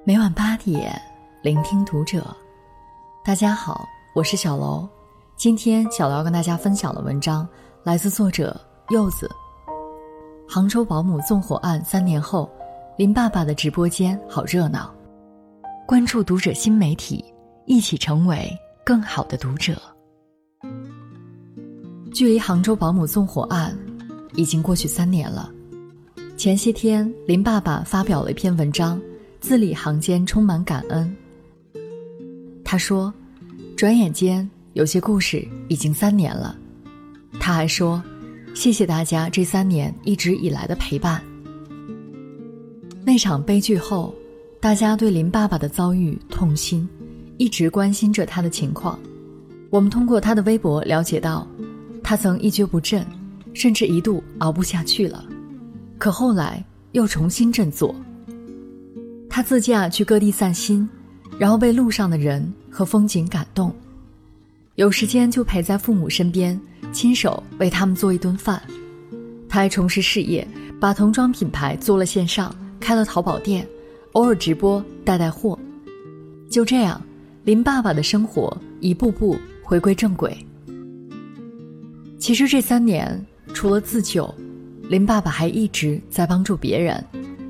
每晚8点，聆听读者。大家好，我是小楼。今天小楼要跟大家分享的文章来自作者柚子。杭州保姆纵火案3年后，林爸爸的直播间好热闹。关注读者新媒体，一起成为更好的读者。距离杭州保姆纵火案已经过去3年了。前些天，林爸爸发表了一篇文章，字里行间充满感恩。他说，转眼间有些故事已经3年了。他还说，谢谢大家这3年一直以来的陪伴。那场悲剧后，大家对林爸爸的遭遇痛心，一直关心着他的情况。我们通过他的微博了解到，他曾一蹶不振，甚至一度熬不下去了，可后来又重新振作。他自驾去各地散心，然后被路上的人和风景感动，有时间就陪在父母身边，亲手为他们做一顿饭。他还从事事业，把童装品牌做了线上，开了淘宝店，偶尔直播带货。就这样，林爸爸的生活一步步回归正轨。其实这3年，除了自救，林爸爸还一直在帮助别人。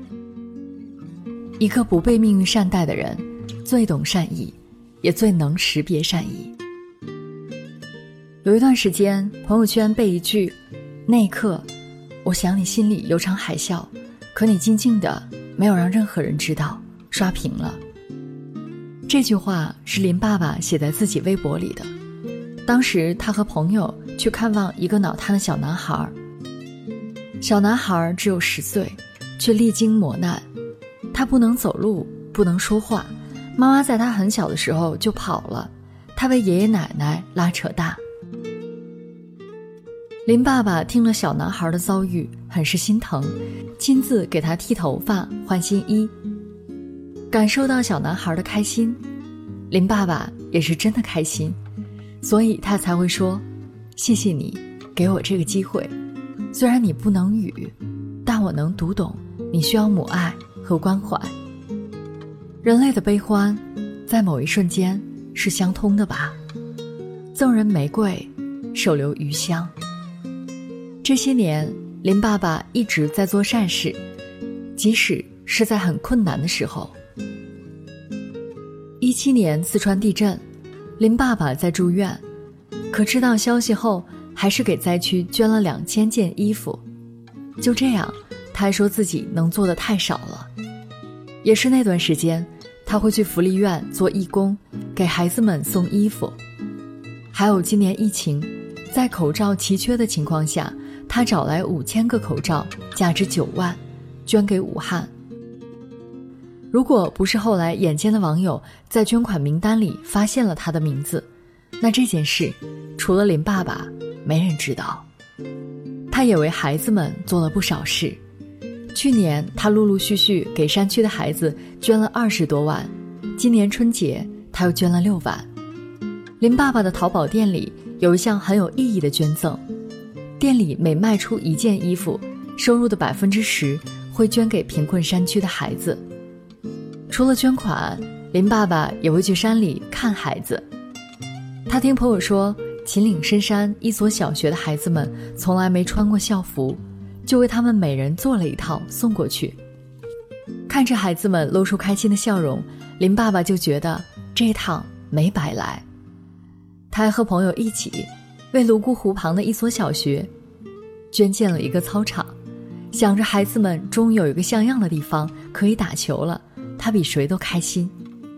一个不被命运善待的人，最懂善意，也最能识别善意。有一段时间，朋友圈被一句“那一刻，我想你”心里有场海啸，可你静静的，没有让任何人知道，刷屏了。这句话是林爸爸写在自己微博里的。当时他和朋友去看望一个脑瘫的小男孩，小男孩只有10岁，却历经磨难。他不能走路，不能说话，妈妈在他很小的时候就跑了，他被爷爷奶奶拉扯大。林爸爸听了小男孩的遭遇，很是心疼，亲自给他剃头发、换新衣。感受到小男孩的开心，林爸爸也是真的开心，所以他才会说，谢谢你给我这个机会，虽然你不能语，但我能读懂你需要母爱和关怀。人类的悲欢在某一瞬间是相通的吧。赠人玫瑰，手留余香。这些年，林爸爸一直在做善事，即使是在很困难的时候。17年四川地震，林爸爸在住院，可知道消息后，还是给灾区捐了2000件衣服。就这样，他还说自己能做的太少了。也是那段时间，他会去福利院做义工，给孩子们送衣服。还有今年疫情，在口罩奇缺的情况下，他找来5000个口罩，价值9万，捐给武汉。如果不是后来眼尖的网友在捐款名单里发现了他的名字，那这件事除了林爸爸，没人知道。他也为孩子们做了不少事。去年他陆陆续续给山区的孩子捐了20多万，今年春节他又捐了6万。林爸爸的淘宝店里有一项很有意义的捐赠，店里每卖出1件衣服，收入的10%会捐给贫困山区的孩子。除了捐款，林爸爸也会去山里看孩子。他听朋友说，秦岭深山一所小学的孩子们从来没穿过校服，就为他们每人做了一套送过去。看着孩子们露出开心的笑容，林爸爸就觉得这一趟没白来。他还和朋友一起为泸沽湖旁的一所小学捐建了一个操场，想着孩子们终于有一个像样的地方可以打球了，他比谁都开心。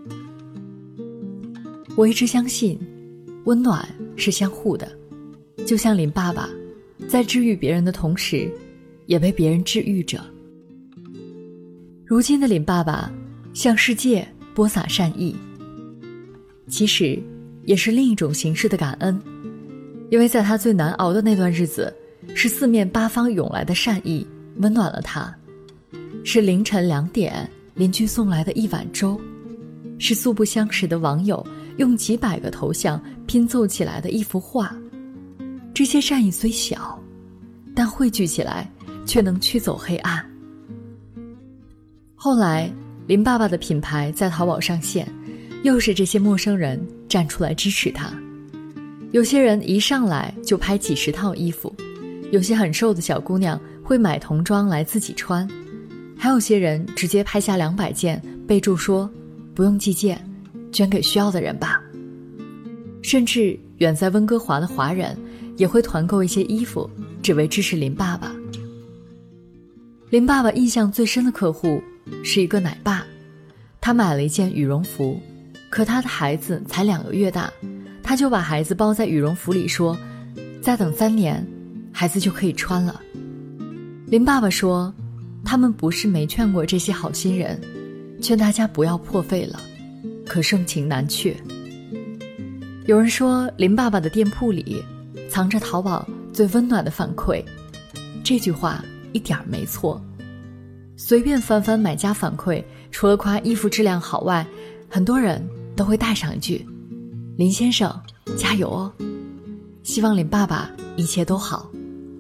我一直相信，温暖是相互的，就像林爸爸在治愈别人的同时，也被别人治愈着。如今的林爸爸向世界播撒善意，其实也是另一种形式的感恩。因为在他最难熬的那段日子，是4面8方涌来的善意温暖了他，是凌晨2点邻居送来的一碗粥，是素不相识的网友用几百个头像拼凑起来的一幅画。这些善意虽小，但汇聚起来却能驱走黑暗。后来林爸爸的品牌在淘宝上线，又是这些陌生人站出来支持他。有些人一上来就拍几10套衣服，有些很瘦的小姑娘会买童装来自己穿，还有些人直接拍下200件，备注说不用寄件，捐给需要的人吧。甚至远在温哥华的华人也会团购一些衣服，只为支持林爸爸。林爸爸印象最深的客户是一个奶爸，他买了一件羽绒服，可他的孩子才2个月大，他就把孩子包在羽绒服里说，再等3年孩子就可以穿了。林爸爸说，他们不是没劝过这些好心人，劝大家不要破费了，可盛情难却。有人说林爸爸的店铺里藏着淘宝最温暖的反馈，这句话一点没错。随便翻翻买家反馈，除了夸衣服质量好外，很多人都会带上一句，林先生加油哦，希望林爸爸一切都好。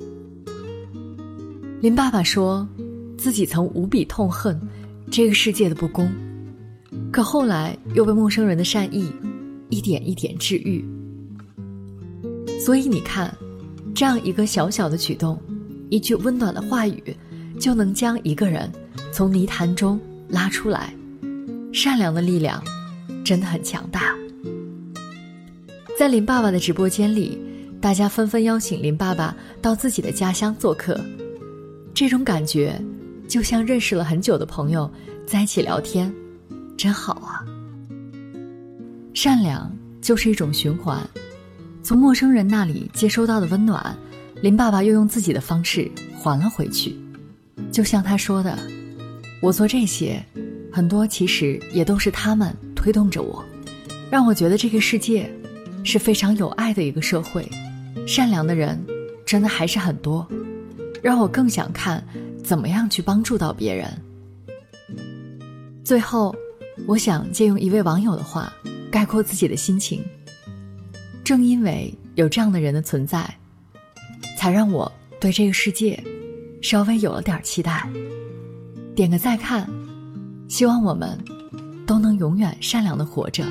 林爸爸说自己曾无比痛恨这个世界的不公，可后来又被陌生人的善意一点一点治愈。所以你看，这样一个小小的举动，一句温暖的话语，就能将一个人从泥潭中拉出来。善良的力量真的很强大。在林爸爸的直播间里，大家纷纷邀请林爸爸到自己的家乡做客，这种感觉就像认识了很久的朋友在一起聊天，真好啊。善良就是一种循环，从陌生人那里接收到的温暖，林爸爸又用自己的方式还了回去。就像他说的，我做这些很多其实也都是他们推动着我，让我觉得这个世界是非常有爱的一个社会，善良的人真的还是很多，让我更想看怎么样去帮助到别人。最后，我想借用一位网友的话概括自己的心情，正因为有这样的人的存在，才让我对这个世界稍微有了点期待。点个再看，希望我们都能永远善良地活着。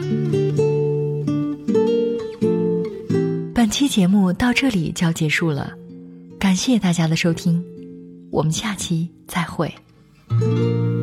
本期节目到这里就要结束了，感谢大家的收听，我们下期再会。